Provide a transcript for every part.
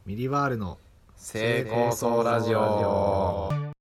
ミリワールの成功そうラジオ。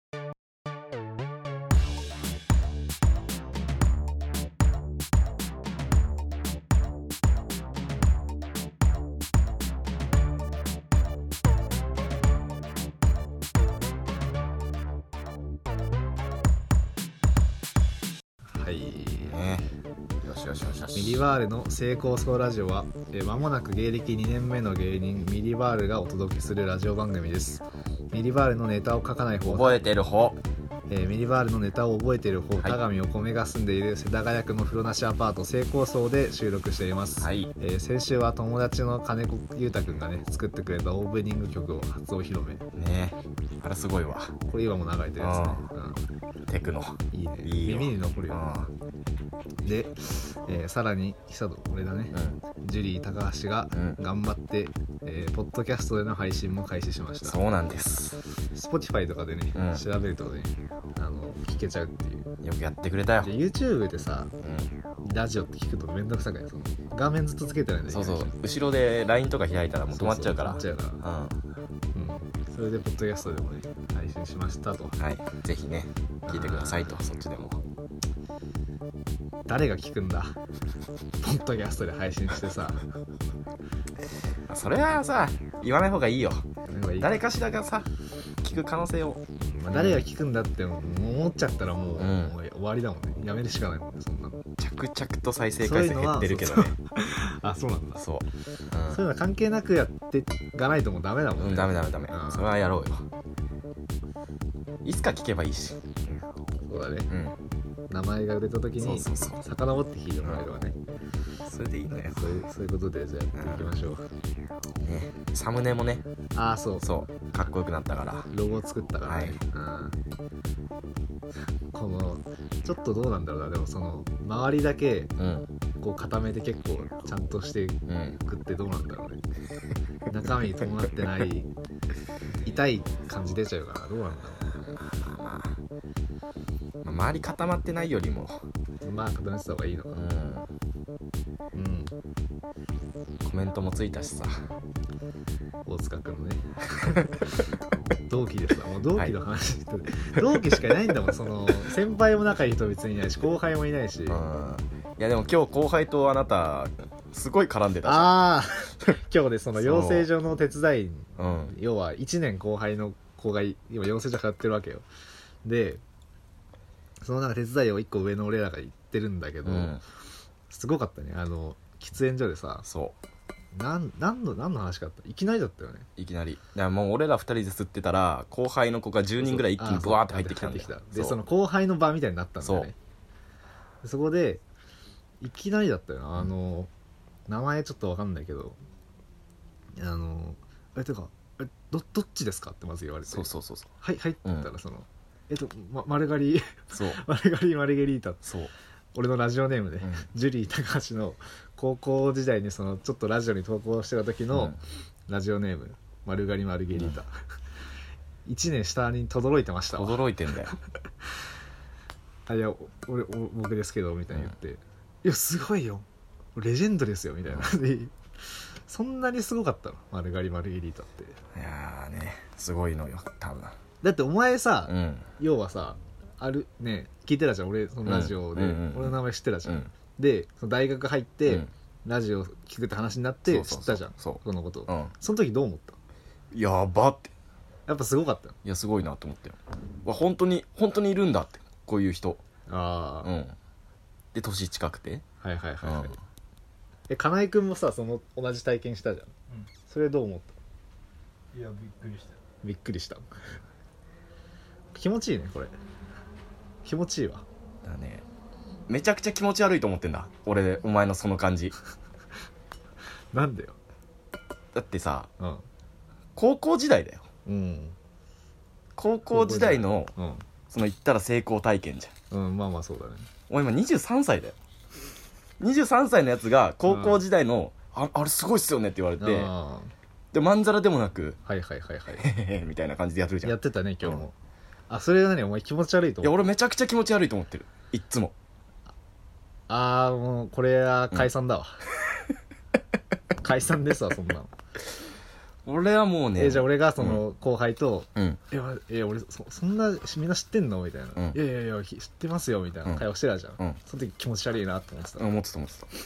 はいね、よしよしよしよし。 ミリワールの成功そうラジオは間もなく芸歴2年目の芸人ミリワールがお届けするラジオ番組です。ミリワールのネタを書かない方、 覚えてる方、 ミリワールのネタを覚えている方、 はい田上お米が住んでいる世田谷区の風呂なしアパート成功荘で収録しています。 はい、 先週は友達の金子裕太くんがね作ってくれたオープニング曲を初お披露目。 ね、あれすごいわ。 これ今も流れてるやつね、 テクノいいね、 いいよ耳に残るよ、で、さらに久戸俺だね、ジュリー高橋が頑張って、ポッドキャストでの配信も開始しました。 そうなんです。 Spotify とかでね、調べるとね聞けちゃうっていう。 よくやってくれたよ。 で YouTube でさ、ラジオって聞くとめんどくさくない？その画面ずっとつけてないんだそうそう、後ろで LINE とか開いたらもう止まっちゃうから。 そうそう止まっちゃうから、それでポッドキャストでもね配信しましたと。 はい、ぜひね聞いてくださいと。そっちでも誰が聞くんだポッドキャストで配信してさ。 それはさ言わない方がいいよ。 いい誰かしらがさ聞く可能性を、 誰が聞くんだって思っちゃったらもう、もう終わりだもんね。やめるしかないもんね、そんなの。 着々と再生回数減ってるけどね。 あ、そうなんだ。 そう、 そういうのは関係なくやっていかないともうダメだもんね。 ダメ、それはやろうよ。いつか聞けばいいし。 そうだね、名前が売れた時に遡って聞いてもらえればね、 それでいいのよ。 そういうことでじゃあやっていきましょう、 ね、サムネもね、そうかっこよくなったからロゴを作ったからね、このちょっとどうなんだろうな。でもその周りだけこう固めて結構ちゃんとしていくってどうなんだろうね、中身に伴ってない痛い感じ出ちゃうからどうなんだろう。周り固まってないよりも固めてた方がいいのかな。 コメントもついたしさ、 大塚くんのね同期でさ、もう同期の話してて、同期しかいないんだもん。その先輩も仲いい人別にいないし、後輩もいないし。 いやでも今日後輩とあなたすごい絡んでたじゃん。 今日でその養成所の手伝い、要は1年後輩の子が今養成所通ってるわけよ。でそのなんか手伝いを1個上の俺らが言ってるんだけど、すごかったね。喫煙所でさ、何の話かあった？いきなりだったよね。いきなり。 だからもう俺ら2人で吸ってたら後輩の子が10人ぐらい一気にブワーって入ってきたんだよ。 でその後輩の場みたいになったんだよね。そこでいきなりだったよな。名前ちょっと分かんないけど、てかどっちですかってまず言われて、 そうはいって言ったら丸刈りマルゲリータ、俺のラジオネームで、ジュリー高橋の高校時代にそのちょっとラジオに投稿してた時のラジオネーム、丸刈りマルゲリータ、1年下に轟いてましたわ。 轟いてんだよいや僕ですけどみたいに言って、いやすごいよレジェンドですよみたいな、そんなにすごかったの丸刈りマルゲリータって。 いやね、すごいのよ多分。 だってお前さ、要はさあるね、聞いてたじゃん俺そのラジオで、俺の名前知ってたじゃん、でその大学入って、ラジオ聞くって話になって知ったじゃん、そのこと、その時どう思った？ やばって、 やっぱすごかったよ。 いやすごいなと思ったよ。本当にいるんだって、こういう人。で年近くて、 金井くんもさその同じ体験したじゃん、それどう思った？ いやびっくりした気持ちいいね、これ気持ちいいわ。 だね、めちゃくちゃ気持ち悪いと思ってんだ俺、お前のその感じなんでよ。 だってさ、高校時代だよ、高校時代の、その言ったら成功体験じゃん。 まあそうだね。 お前今23歳だよ。23歳のやつが高校時代の、あれすごいっすよねって言われて、でまんざらでもなくみたいな感じでやってるじゃん。 やってたね今日も、それは何お前気持ち悪いと思う？ いや俺めちゃくちゃ気持ち悪いと思ってる、いっつも。 もうこれは解散だわ、解散ですわそんなの。 俺はもうね、 じゃあ俺がその後輩とうん、 俺そんなみんな知ってんのみたいな、 うんいや知ってますよみたいな会話してたじゃん、 うん、 その時気持ち悪いなって思ってた、 思ってた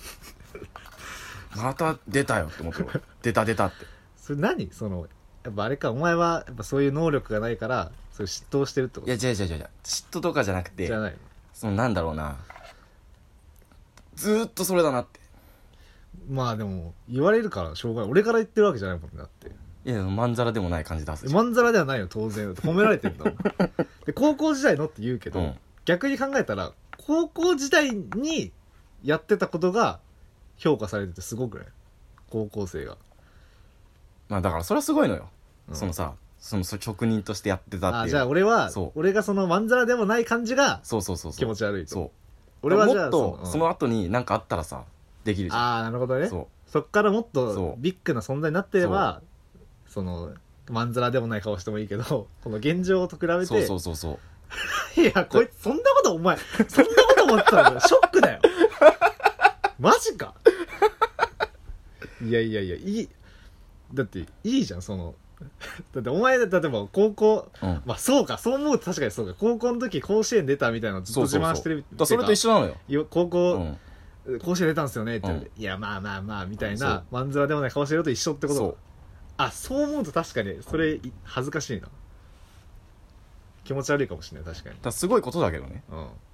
また出たよって思ってる出たってそれ何そのやっぱあれか、お前はやっぱそういう能力がないからそういう嫉妬をしてるってこと？ いや違う嫉妬とかじゃなくて、 じゃないの？ そのなんだろうな、ずーっとそれだなって。 まあでも言われるからしょうがない、俺から言ってるわけじゃないもんね。だっていやまんざらでもない感じ出す。 まんざらではないよ当然、褒められてるんだもんで高校時代のって言うけど、 うん、 逆に考えたら高校時代にやってたことが評価されててすごくない？高校生が。 まあだからそれはすごいのよ、 うん、 そのさ、その職人としてやってたっていう。 じゃあ俺がそのまんざらでもない感じが気持ち悪いと。 そう俺はじゃあもっとその後に何かあったらさできるじゃん。 ああなるほどね。そっからもっとビッグな存在になってればそのまんざらでもない顔してもいいけど、この現状と比べていやこいつそんなこと思ってたのショックだよマジかいやだっていいじゃんそのだってお前例えば高校、まあそうか、そう思うと確かにそうか、高校の時甲子園出たみたいなのずっと自慢してる。 それと一緒なのよ。 高校、甲子園出たんすよねって言って、いやまあみたいなまんざらでもない顔してると一緒ってことだ。そう思うと確かにそれ恥ずかしいな、気持ち悪いかもしれない。確かにすごいことだけどね。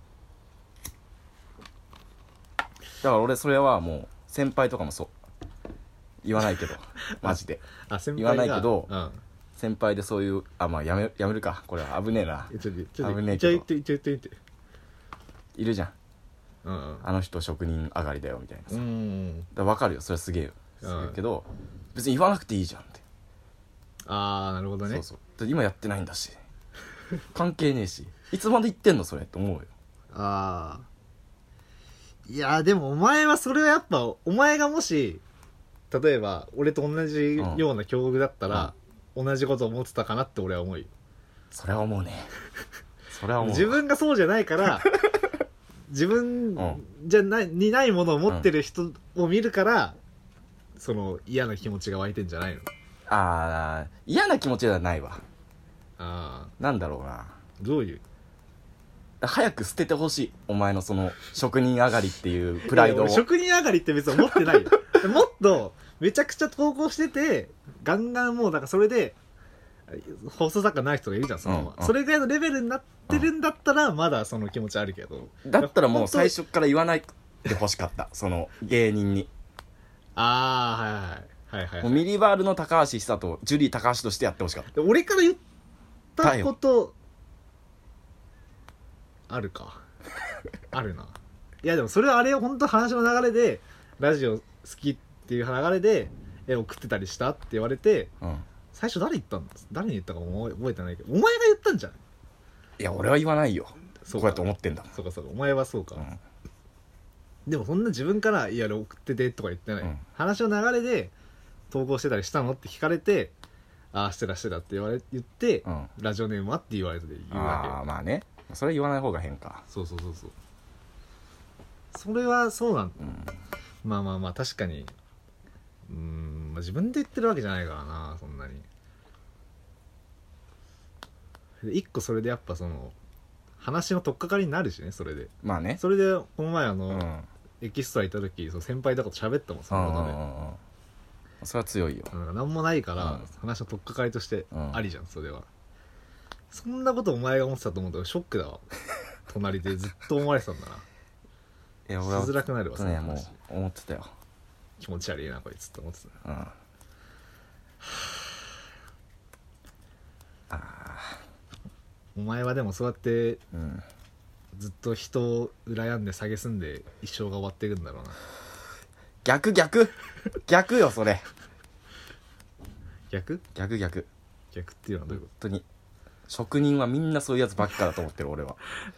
だから俺それはもう先輩とかもそう言わないけどマジで言わないけど、先輩でそういうまあやめるか、これは危ねえな。危ねえけど言っているじゃん、あの人職人上がりだよみたいなさ。だから分かるよ、それはすげえよ、けど別に言わなくていいじゃんって。 なるほどね。 そうだ今やってないんだし関係ねえし、いつまで言ってんのそれって思うよ。 いやでもお前はそれはやっぱお前がもし例えば俺と同じような境遇だったら、同じこと思ってたかなって俺は思うよ。 それは思うねそれは思う。 自分がそうじゃないから自分じゃにないものを持ってる人を見るから、その嫌な気持ちが湧いてんじゃないの？ 嫌な気持ちではないわ。なんだろうな、 どういう早く捨ててほしい、お前のその職人上がりっていうプライドを。 職人上がりって別に思ってないよもっとめちゃくちゃ投稿しててガンガンもうだからそれで放送作家ない人がいるじゃん、そのまま、それぐらいのレベルになってるんだったらまだその気持ちあるけど、 だったらもう最初から言わないでほしかったその芸人に。もうミリバールの高橋久とジュリー高橋としてやってほしかった。 俺から言ったことあるかあるな。いやでもそれはあれ本当話の流れでラジオ好きっていう流れで送ってたりしたって言われて、最初誰に言ったかも覚えてないけど、お前が言ったんじゃん。 いや俺は言わないよ、こうやって思ってんだ。 そうかお前はそうか、でもそんな自分からいや送っててとか言ってない、話の流れで投稿してたりしたのって聞かれて、してたって言ってラジオネームはって言われて言うわけ。 まあね、それ言わない方が変か。 そうそれはそうなん、まあ確かに自分で言ってるわけじゃないからな、そんなに。一個それでやっぱその話の取っかかりになるしね、それで。 まあね。 それでこの前エキストラ行った時先輩とかと喋ったもん、そのことで。 それは強いよ。 なんもないから話の取っかかりとしてありじゃん、それは。そんなことお前が思ってたと思うとショックだわ隣でずっと思われてたんだな。 いや俺はしづらくなるわ、その話。 もう思ってたよ、 気持ち悪いなこいつって思ってた。お前はでもそうやって、ずっと人を羨んで蔑んで一生が終わっていくんだろうな。 逆よそれ。 逆っていうのはどういうこと？ 本当に職人はみんなそういうやつばっかだと思ってる俺は。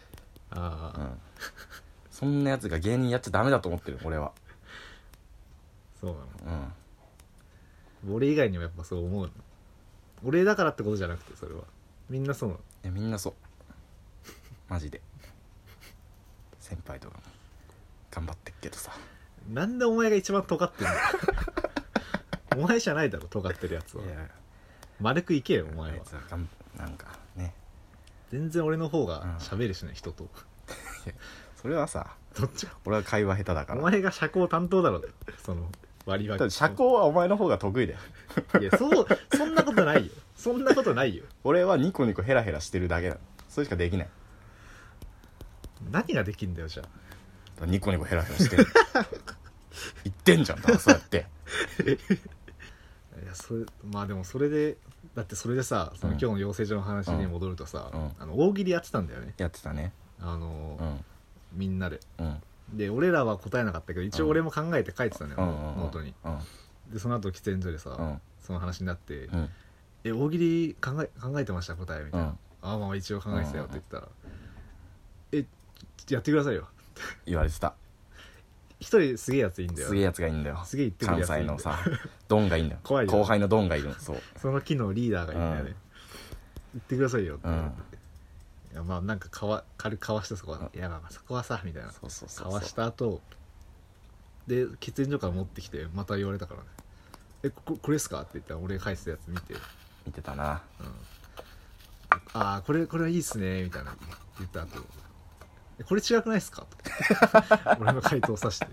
そんなやつが芸人やっちゃダメだと思ってる俺は。 そうなの？俺以外にもやっぱそう思うの？俺だからってことじゃなくて、それはみんなそうなの？ いやみんなそうマジで。先輩とかも頑張ってっけどさ。 なんでお前が一番尖ってんのお前じゃないだろ尖ってるやつは。丸くいけよお前は。 なんかね、 全然俺の方が喋るしね、人と。 それはさ、 どっち俺は会話下手だから。 お前が社交担当だろ、その割り分け。 社交はお前の方が得意だよ。 いや、そんなことないよ。そんなことないよ。 俺はニコニコヘラヘラしてるだけなの。それしかできない。 何ができんだよじゃあ。 ニコニコヘラヘラしてる言ってんじゃん、だからそうやっていや、まあでもそれでだってそれでさ、その今日の養成所の話に戻るとさ、大喜利やってたんだよね。 やってたね。 みんなで、で俺らは答えなかったけど一応俺も考えて書いてたのよ、ノートに。でその後喫煙所でさ、その話になって、大喜利考えてました答えみたいな。あ、まあ一応考えてたよって言ったら、やってくださいよ言われてた。 一人すげえやついいんだよ。 すげえやつがいいんだよ。 すげえ言ってくるやついいんだよ。 関西のさドンがいいんだよ。 怖いよ。 後輩のドンがいるの。 その木のリーダーがいいんだよね。言ってくださいよって。いや、まあなんか軽くかわして、そこは、いやまあそこはさみたいな。かわした後で喫煙所から持ってきてまた言われたからね。これですかって言ったら俺が書いてたやつ見てたな。 ああこれはいいっすねみたいな言った後、これ違くないっすかと俺の回答をさして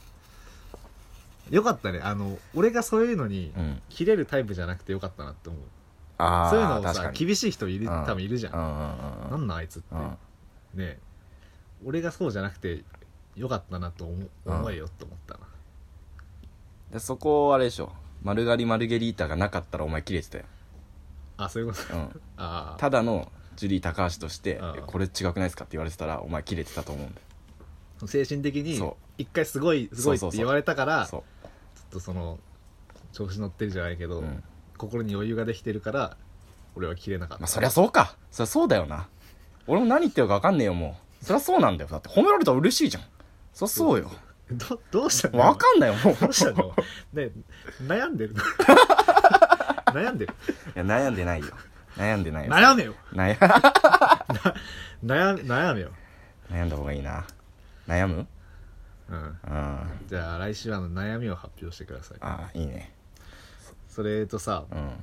よかったね。俺がそういうのに切れるタイプじゃなくてよかったなって思う。そういうのをさ厳しい人多分いるじゃん。なんなんあいつってね。俺がそうじゃなくてよかったなと思えよって思ったな。 でそこあれでしょ、丸刈りマルゲリータがなかったらお前切れてたよ。 あ、そういうこと。 ただのジュリー高橋としてこれ違くないですかって言われてたらお前切れてたと思うんだよ。 精神的に一回すごいって言われたからちょっとその調子乗ってるじゃないけど、心に余裕ができてるから俺は切れなかった。 まあそりゃそうか。そりゃそうだよな。俺も何言ってるか分かんねえよもう。そりゃそうなんだよ。だって褒められたら嬉しいじゃん。そりゃそうよ。 どうしたの。 分かんないよもう。 どうしたのね。悩んでる悩んでる。 いや悩んでないよ。悩んでないよ。 悩めよ。悩めよ。 悩んだ方がいいな。悩む？ じゃあ来週は悩みを発表してください。 ああいいね。 それとさ、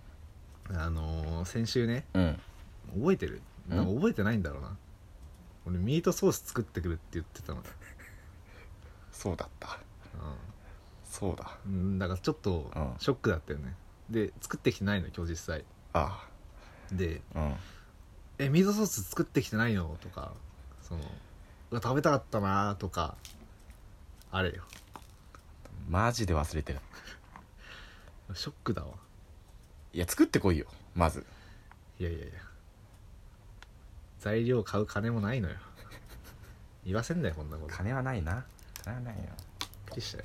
先週ね、覚えてる？なんか覚えてないんだろうな。俺ミートソース作ってくるって言ってたの。 そうだった。そうだ。 だからちょっとショックだったよね。で作ってきてないの今日実際。で、ミートソース作ってきてないのとか、食べたかったなとかあれよ。 マジで忘れてる。 ショックだわ。 いや作ってこいよまず。 いや材料買う金もないのよ。言わせんだよこんなこと。 金はないな。金はないよ。びっくりしたよ。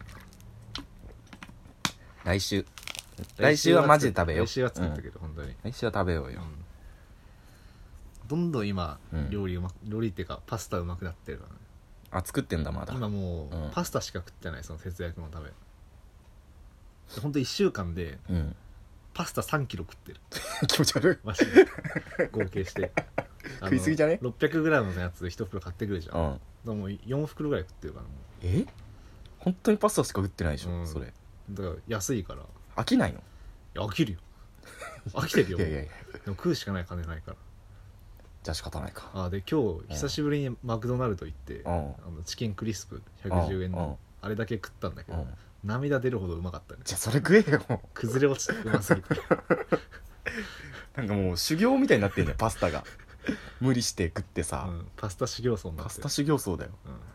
来週はマジで食べよう。 来週は作ってくる、本当に。 来週は食べようよ。 どんどん今、料理っていうかパスタうまくなってるからね。 あ、作ってんだまだ。 今もう、パスタしか食ってない、その節約のため。本当1週間で、パスタ3キロ食ってる。 気持ち悪い。 マジで合計して食いすぎじゃね。 600g のやつ1袋買ってくるじゃん。でも4袋ぐらい食ってるからもう。 本当にパスタしか食ってないでしょ、それ。 だから安いから飽きないの？ 飽きるよ。飽きてるよ。 いやでも食うしかない金ないから。 じゃあ仕方ないか。 で今日久しぶりにマクドナルド行って、チキンクリスプ110円のあれだけ食ったんだけど、涙出るほどうまかったね。 じゃあそれ食えよ。 崩れ落ちてうますぎてなんかもう修行みたいになってんだよパスタが。無理して食ってさ、 パスタ修行僧になってる。 パスタ修行僧だよ。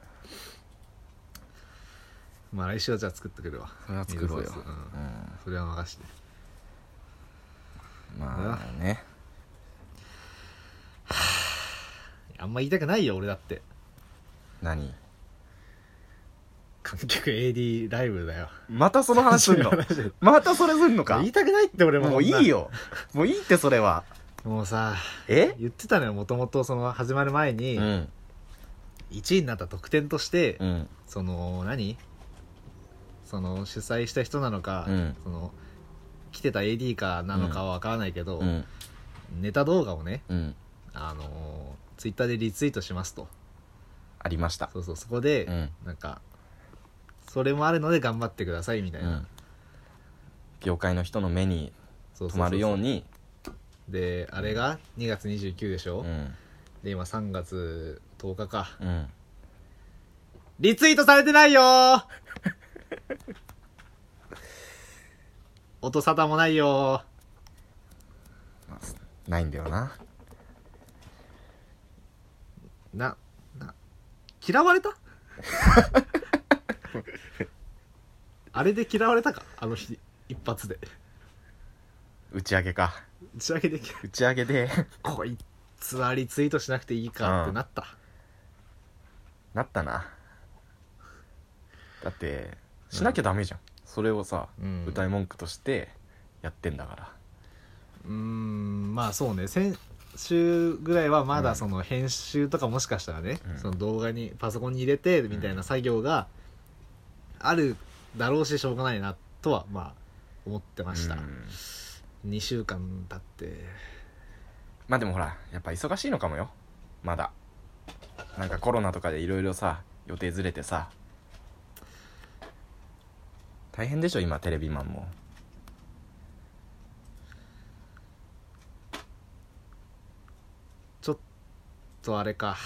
まあ来週はじゃあ作ってくるわ。 それは作ろうよ。 それは任して。 まあね。 あんま言いたくないよ俺だって。 何？ 観客 AD ライブだよ。 またその話すんの？またそれすんのか？ 言いたくないって俺も。 もういいよ。もういいってそれは。 もうさ、言ってたのよ。もともとその始まる前に、1位になった特典として、その主催した人なのか、来てた AD かなのかは分からないけど、ネタ動画をね、ツイッターでリツイートしますと。 ありました。 そこで、なんかそれもあるので頑張ってくださいみたいな業界の人の目に留まるように。 であれが2月29でしょ、 うん、 で今3月10日か、 うん、 リツイートされてないよー音沙汰もないよー。ないんだよな。 嫌われたあれで嫌われたか、あの日一発で打ち上げか。 打ち上げで打ち上げでこいつはリツイートしなくていいかってなった、 なったな。だってしなきゃダメじゃん、それをさ、歌い文句としてやってんだから。 まあそうね、先週ぐらいはまだその編集とかもしかしたらね、その動画にパソコンに入れてみたいな作業があるだろうししょうがないなとはまあ思ってました。2週間経ってまあでもほらやっぱ忙しいのかもよ、まだ。なんかコロナとかでいろいろさ予定ずれてさ大変でしょ今テレビマンも。 ちょっとあれか、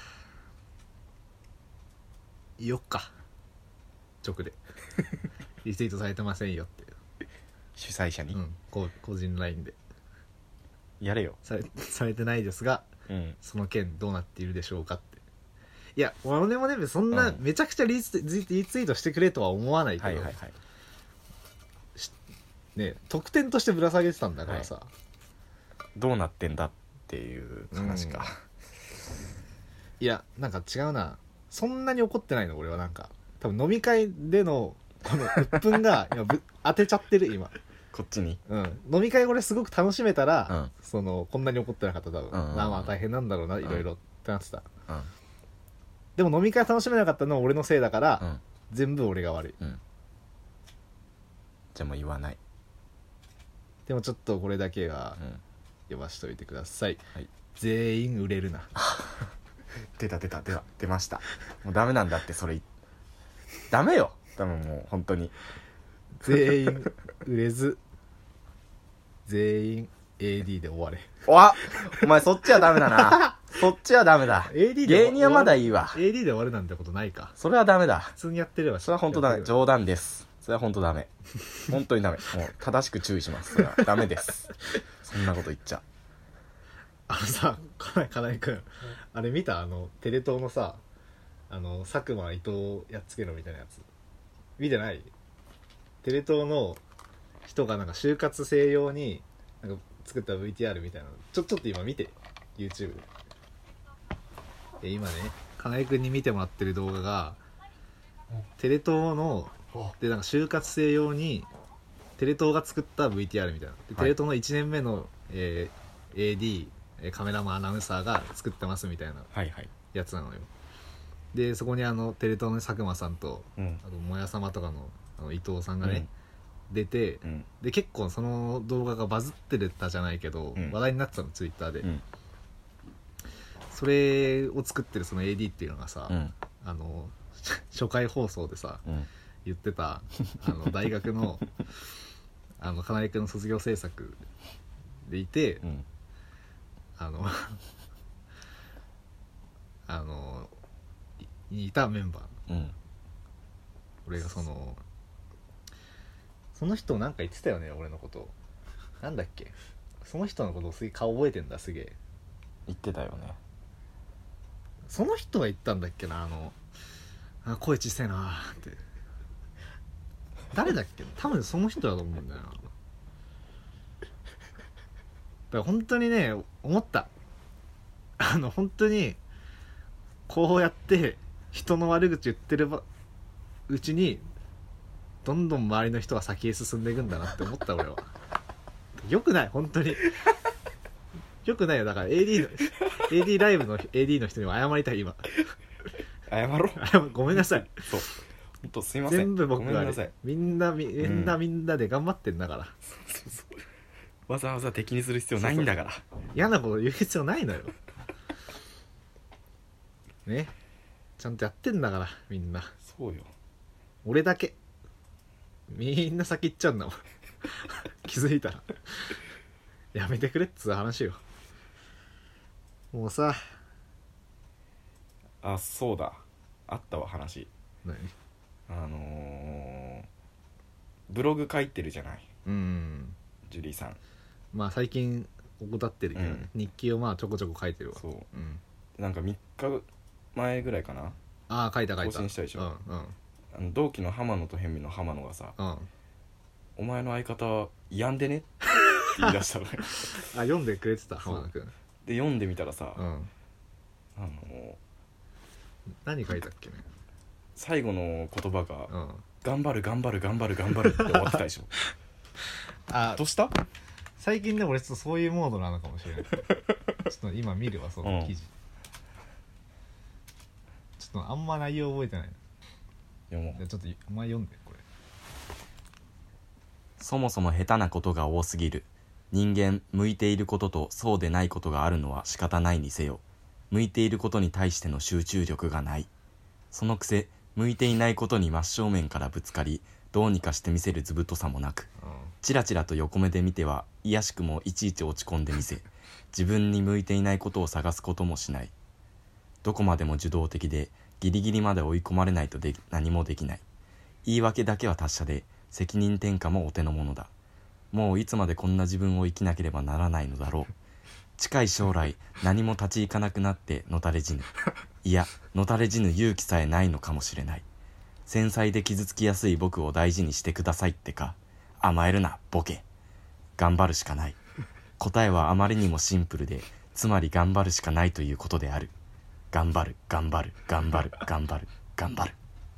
言おっか直でリツイートされてませんよって主催者に、 個人 LINE でやれよ。 されてないですが、その件どうなっているでしょうかって。いや俺もねそんなめちゃくちゃリツイートしてくれとは思わないけど、ね、特典としてぶら下げてたんだからさ、 どうなってんだっていう話か、 いやなんか違うな、そんなに怒ってないの俺は。なんか多分飲み会でのこの鬱憤が今当てちゃってる今こっちに、 飲み会これすごく楽しめたら、そのこんなに怒ってなかった多分、まあ大変なんだろうな、いろいろってなってた、でも飲み会楽しめなかったのは俺のせいだから、全部俺が悪い、 じゃあもう言わない。 でもちょっとこれだけは読ましといてください、全員売れるな出ました。もうダメなんだって、それダメよ多分もう本当に全員売れず全員 AD で終われ。 お前そっちはダメだなそっちはダメだ。 AD で芸人はまだいいわ。 AD で終わるなんてことないか。 それはダメだ。 普通にやってれば。 それは本当ダメ。冗談です。それは本当ダメ本当にダメ。もう正しく注意します。それはダメですそんなこと言っちゃ。 さ金井くんあれ見た？テレ東のさ佐久間伊藤やっつけろみたいなやつ見てない？テレ東の人がなんか就活生用になんか作った VTR みたいなのちょっと今見て YouTube で。今ね金井くんに見てもらってる動画がテレ東のでなんか就活生用にテレ東が作った VTR みたいなで、テレ東の1年目の、AD カメラマンアナウンサーが作ってますみたいなやつなのよ、でそこにテレ東の佐久間さんと、あともやさまとかの伊藤さんがね、出て、で結構その動画がバズってたじゃないけど、話題になってたのツイッターで、それを作ってるその AD っていうのがさ、初回放送でさ、言ってた大学の金井君の卒業制作でいて、にいたメンバー、俺がその人なんか言ってたよね俺のこと。なんだっけ、その人のことをすげえ顔覚えてんだ。すげえ言ってたよね。 その人が言ったんだっけな、声小せえなって。誰だっけ、多分その人だと思うんだよな。だから本当にね思った。本当にこうやって人の悪口言ってるうちにどんどん周りの人が先へ進んでいくんだなって思った俺は。よくない、本当によくないよ。だから AD ライブの AD の人にも謝りたい今。 謝ろうごめんなさい。 そう本当すいません。 全部僕がみんなで頑張ってんだから、 わざわざ敵にする必要ないんだから。 嫌なこと言う必要ないのよね、ちゃんとやってんだからみんな。 そうよ。 俺だけみんな先行っちゃうんだもん気づいたらやめてくれっつう話よ。もうさ、 あ、そうだ、あったわ話。 何？ ブログ書いてるじゃない、 うん、 ジュリーさん。 まあ最近怠ってるけど、ね、日記をまあちょこちょこ書いてるわ。 そう、なんか3日前ぐらいかな。 ああ、書いた。 更新したでしょ。同期の浜野とヘミの浜野がさ、お前の相方病んでねって言い出したのよあ、読んでくれてた浜野くんで、読んでみたらさ、 何書いたっけね。 最後の言葉が、頑張る頑張る頑張る頑張るって終わってたでしょあ、どうした？ 最近でも俺ちょっとそういうモードなのかもしれないちょっと今見るわ、その記事、ちょっとあんま内容覚えてないな。 読もう。 ちょっとお前読んでこれ。 そもそも下手なことが多すぎる。人間、向いていることとそうでないことがあるのは仕方ないにせよ、向いていることに対しての集中力がない。そのくせ向いていないことに真正面からぶつかり、どうにかしてみせる図太さもなく、チラチラと横目で見ては卑しくもいちいち落ち込んでみせ、自分に向いていないことを探すこともしない。どこまでも受動的で、ギリギリまで追い込まれないと何もできない。言い訳だけは達者で、責任転嫁もお手の物だ。もういつまでこんな自分を生きなければならないのだろう。近い将来何も立ち行かなくなってのたれ死ぬ。いや、のたれ死ぬ勇気さえないのかもしれない。繊細で傷つきやすい僕を大事にしてくださいってか。甘えるなボケ。頑張るしかない。答えはあまりにもシンプルで、つまり頑張るしかないということである。頑張る頑張る頑張る頑張る頑張る。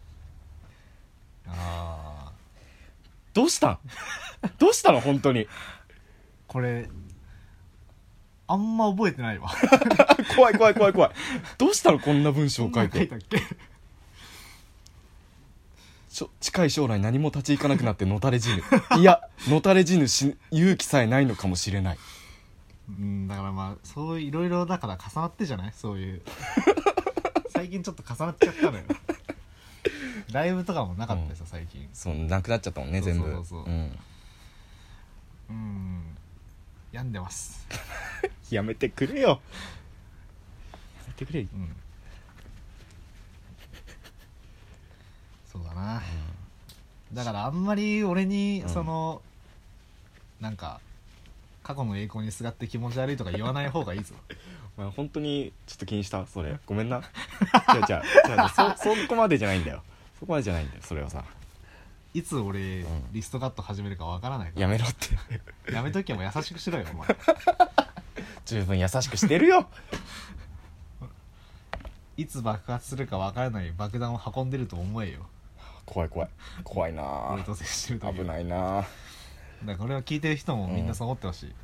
ああ、 どうしたんどうしたの本当に。 これあんま覚えてないわ怖い。どうしたのこんな文章を書いて。 書いたっけ。 近い将来何も立ち行かなくなってのたれ死ぬ。いや、のたれ死ぬ勇気さえないのかもしれない。 だからまあそういろいろだから重なってじゃない、そういう最近ちょっと重なっちゃったのよライブとかもなかったよさ、最近。 そうなくなっちゃったもんね、全部。 そう病んでますやめてくれよ、やめてくれよ。 そうだな、だからあんまり俺にその、なんか過去の栄光にすがって気持ち悪いとか言わない方がいいぞまあ本当にちょっと気にしたそれ、ごめんなじゃあそこまでじゃないんだよ、そこまでじゃないんだよ、それはさ。 いつ俺、リストカット始めるかわからないからやめろってやめときゃもう優しくしろよお前十分優しくしてるよいつ爆発するかわからない爆弾を運んでると思えよ。 怖いな。 俺と接してると危ないな。 だからこれを聞いてる人もみんなそう思ってほしい、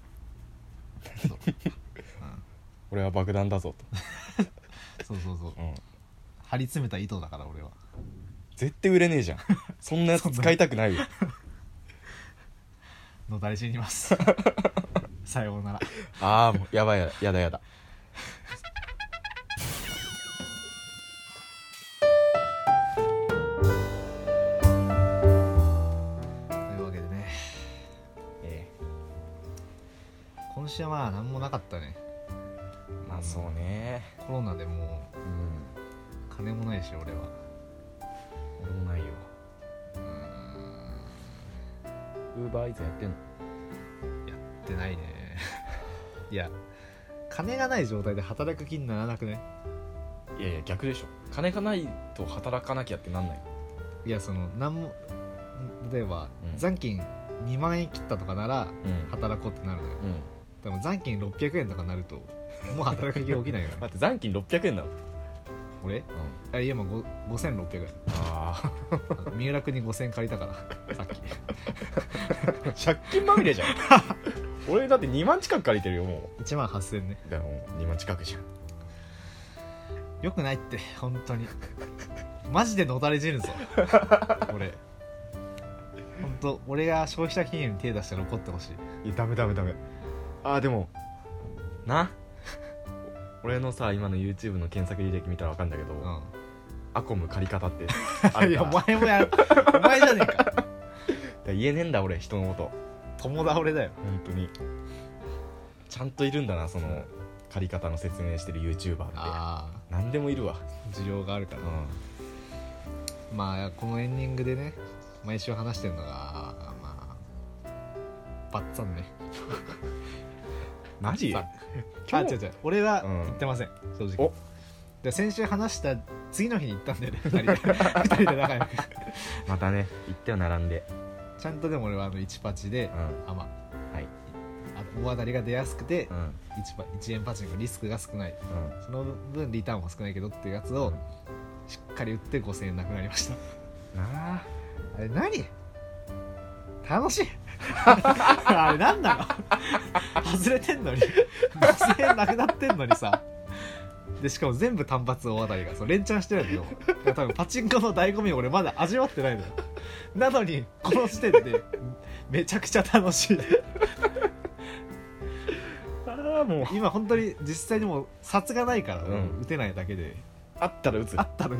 俺は爆弾だぞとそう、張り詰めた糸だから俺は。 絶対売れねえじゃんそんなやつ使いたくないよのたれ死にますさようなら。 ああもうやばい、やだというわけでね、今週はまあ何もなかったね。 まあそうね、 コロナでもう、金もないし俺は。 俺もないよ。Uber Eats やってんの？ やってないねいや、金がない状態で働く気にならなくね。 いや逆でしょ、金がないと働かなきゃってなんない。 いや、そのなんも、例えば、残金2万円切ったとかなら働こうってなるのよ、でも残金600円とかなるともう働く気が起きないよね待って、残金600円なの俺？いや、もう5600円。 ああ三浦君に5000円借りたからさっき借金まみれじゃん俺だって2万近く借りてるよ、もう1万8000円ね。 でも2万近くじゃん。 よくないって本当にマジでのたれ死ぬぞ俺本当、俺が消費者金融に手出したら怒ってほしい。 いやダメでもな俺のさ今の YouTube の検索履歴見たら分かるんだけど、アコム借り方ってあるからいやお前もやるお前じゃねえか言えねえんだ俺人のこと友倒れだよ本当に。ちゃんといるんだなその借り方の説明してる YouTuber って。何でもいるわ需要があるから、まあこのエンディングでね毎週話してるのがまあバッツァンねマジ？ 違う俺は言ってません、正直。で先週話した次の日に行ったんだよね2人で仲良くまたね行っては並んでちゃんと。でも俺は1パチで、大当たりが出やすくて、1円パチンコリスクが少ない、その分リターンも少ないけどっていうやつをしっかり打って5000円なくなりましたあれ何楽しいあれなんだろ外れてんのに5000円なくなってんのにさ。でしかも全部単発大当たりがそう連チャンしてるんだよ。多分パチンコの醍醐味を俺まだ味わってないのよ。なのにこの時点でめちゃくちゃ楽しいもう今本当に実際にもう札がないから、打てないだけであったら打つ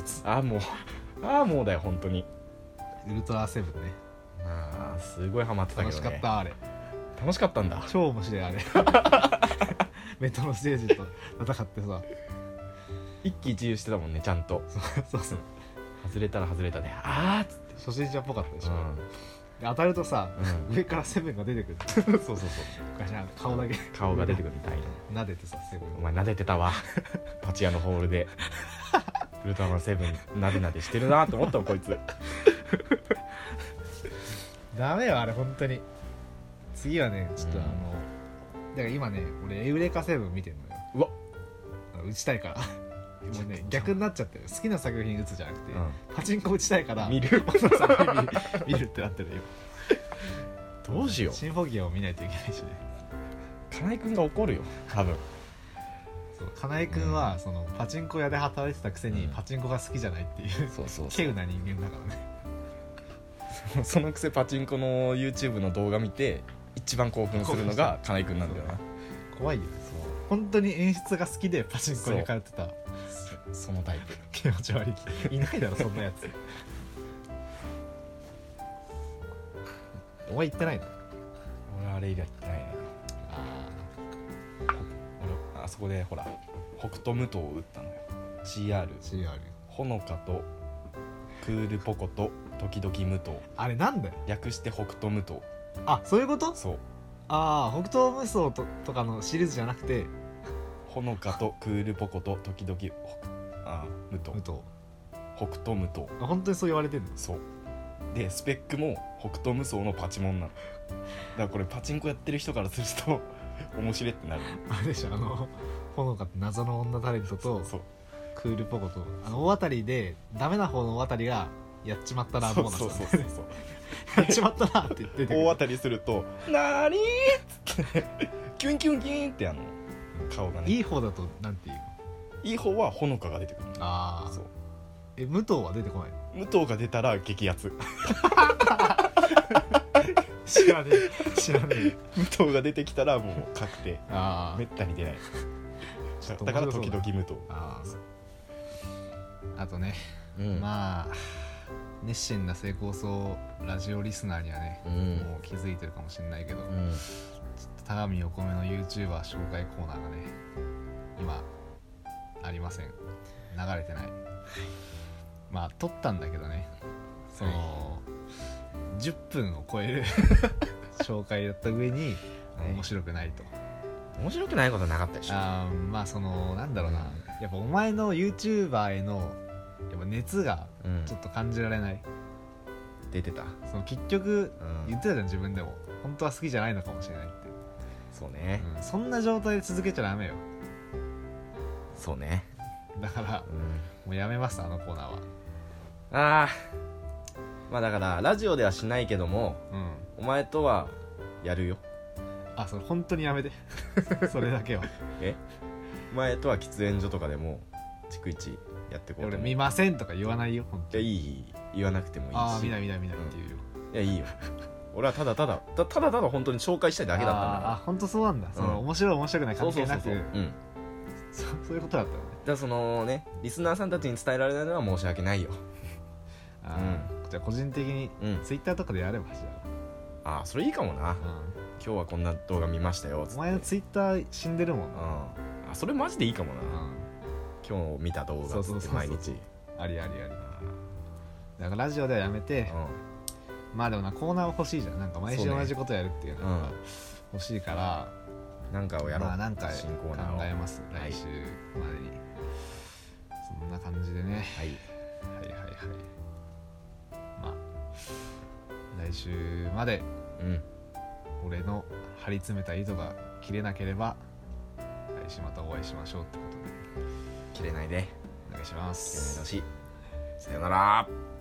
もうだよ本当に。 ウルトラセブンね。 すごいハマってたけどね。 楽しかったあれ。 楽しかったんだ。 超面白いあれメトロステージと戦ってさ一喜一憂してたもんねちゃんと。 そう外れたら外れたでっつって初心者っぽかったでしょ、で当たるとさ、上からセブンが出てくるそう顔だけ顔が出てくるみたいな。撫でてさセブンお前撫でてたわパチ屋のホールでウルトラマンセブン撫でしてるなと思ったもんこいつダメよあれ本当に。次はねちょっとだから今ね俺エウレカセブン見てんのよ。 うわ打ちたいからもうね逆になっちゃってる。好きな作品打つじゃなくて、パチンコ打ちたいから見る見るってなってるよ。 どうしよう。 シンフォギアを見ないといけないしね。 金井くんが怒るよ多分。 そう金井くんはそのパチンコ屋で働いてたくせにパチンコが好きじゃないっていう稀有な人間だからねそのくせパチンコの YouTube の動画見て一番興奮するのが金井くんなんだよな。 怖いよ。本当に演出が好きでパチンコに通ってたそのタイプ。 気持ち悪い。いないだろそんなやつお前行ってないの？ 俺あれ以来行ってないね。俺あそこでほら北斗無党を打ったのよ。 CR ほのかとクールポコと時々無党。 あれなんだよ略して北斗無党。 そういうこと？ そう。 北斗無双 とかのシリーズじゃなくてほのかとクールポコと時々無党北斗無党。 本当にそう言われてんの？ そうでスペックも北斗無双のパチモンなの。だからこれパチンコやってる人からすると面白いってなる。 あれでしょほのかって謎の女タレントとクールポコと大当たりでダメな方の大当たりがやっちまったなボーナスそうやっちまったなって言ってて大当たりするとなーにーっつってキュンキュンキュンってやんの顔がね。 いい方だとなんていうの？ いい方はほのかが出てくる。 そう武藤は出てこないの？武藤が出たら激アツ知らねえ武藤が出てきたらもう確定。めったに出ないだから時々武藤。 あとね、まあ熱心な成功層ラジオリスナーにはね、もう気づいてるかもしれないけど、ちょっと田上お米の YouTuber 紹介コーナーがね今ありません。流れてない。まあ撮ったんだけどね、その、10分を超える紹介だった上に面白くないと。 面白くないことなかったでしょ。 まあそのなんだろうな、やっぱお前の YouTuber へのやっぱ熱がちょっと感じられない、 出てた。 その結局、言ってたじゃん自分でも本当は好きじゃないのかもしれないって。 そうね、 そんな状態で続けちゃダメよ。 そうね。 だから、もうやめますあのコーナーは。まあだからラジオではしないけども、お前とはやるよ。 それ本当にやめてそれだけはお前とは喫煙所とかでも逐一やってこうと。 俺見ませんとか言わないよ本当に。 いい言わなくてもいいし。 見ないって言うよ。 いやいいよ俺はただ本当に紹介したいだけだったんだから。 本当そうなんだ。その面白い面白くない関係なく、そういうことだったのね。だからそのねリスナーさんたちに伝えられないのは申し訳ないよ。 じゃあ個人的に Twitter とかでやればじゃあそれいいかもな、今日はこんな動画見ましたよつって。 お前のツイッター死んでるもんな、 あそれマジでいいかもな、今日見た動画つって毎日ありありあり。だからラジオではやめて、まあでもなコーナーは欲しいじゃん。なんか毎週同じことやるっていうのが欲しいから、 なんかをやろう。 まあなんか新コーナ考ーをえます、来週までに。そんな感じでね、はいはいはい。まあ来週まで俺の張り詰めた糸が切れなければ来週またお会いしましょうってことで。 切れないでお願いします。 切れないでほしい。さよなら。